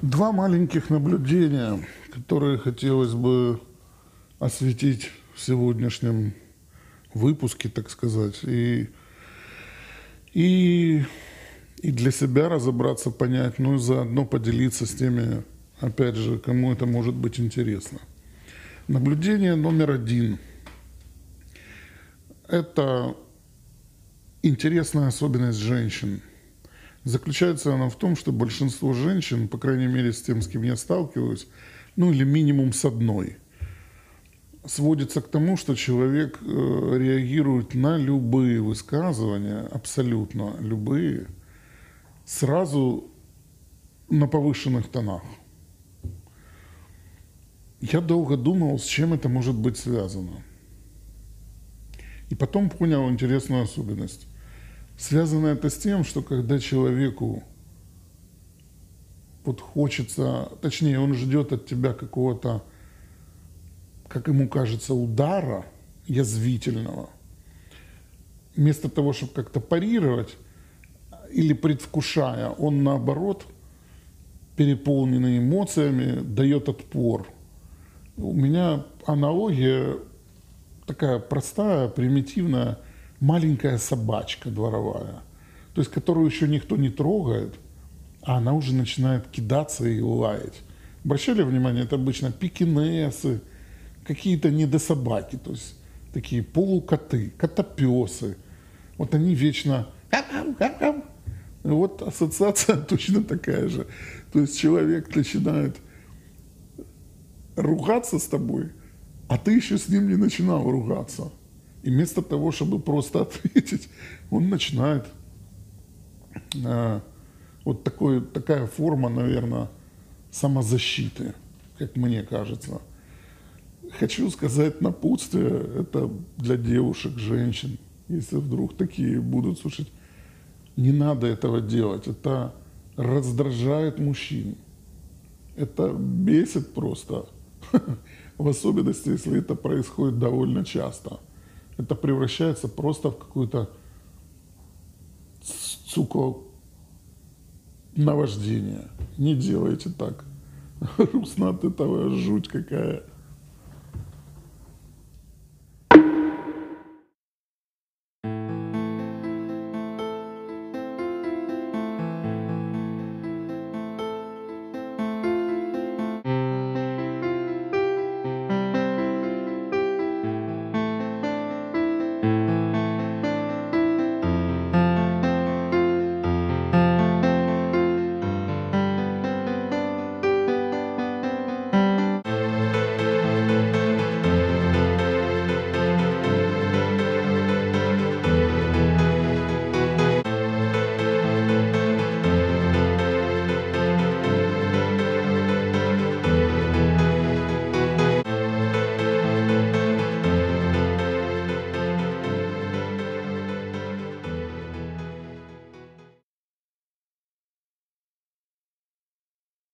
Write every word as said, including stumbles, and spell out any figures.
Два маленьких наблюдения, которые хотелось бы осветить в сегодняшнем выпуске, так сказать, и, и, и для себя разобраться, понять, ну и заодно поделиться с теми, опять же, кому это может быть интересно. Наблюдение номер один. Это интересная особенность женщин. Заключается она в том, что большинство женщин, по крайней мере с тем, с кем я сталкиваюсь, ну или минимум с одной, сводится к тому, что человек э, реагирует на любые высказывания, абсолютно любые, сразу на повышенных тонах. Я долго думал, с чем это может быть связано. И потом понял интересную особенность. Связано это с тем, что когда человеку вот хочется, точнее, он ждет от тебя какого-то, как ему кажется, удара язвительного, вместо того, чтобы как-то парировать или предвкушая, он наоборот, переполненный эмоциями, дает отпор. У меня аналогия такая простая, примитивная, маленькая собачка дворовая, то есть которую еще никто не трогает, а она уже начинает кидаться и лаять. Обращали внимание, это обычно пекинесы, какие-то недособаки, то есть такие полукоты, котопесы. Вот они вечно... Вот ассоциация точно такая же. То есть человек начинает ругаться с тобой, а ты еще с ним не начинал ругаться. И вместо того, чтобы просто ответить, он начинает э, вот такой, такая форма, наверное, самозащиты, как мне кажется. Хочу сказать напутствие, это для девушек, женщин, если вдруг такие будут слушать. Не надо этого делать, это раздражает мужчин. Это бесит просто, в особенности, если это происходит довольно часто. Это превращается просто в какое-то, сука, наваждение. Не делайте так. Грустно от этого, жуть какая.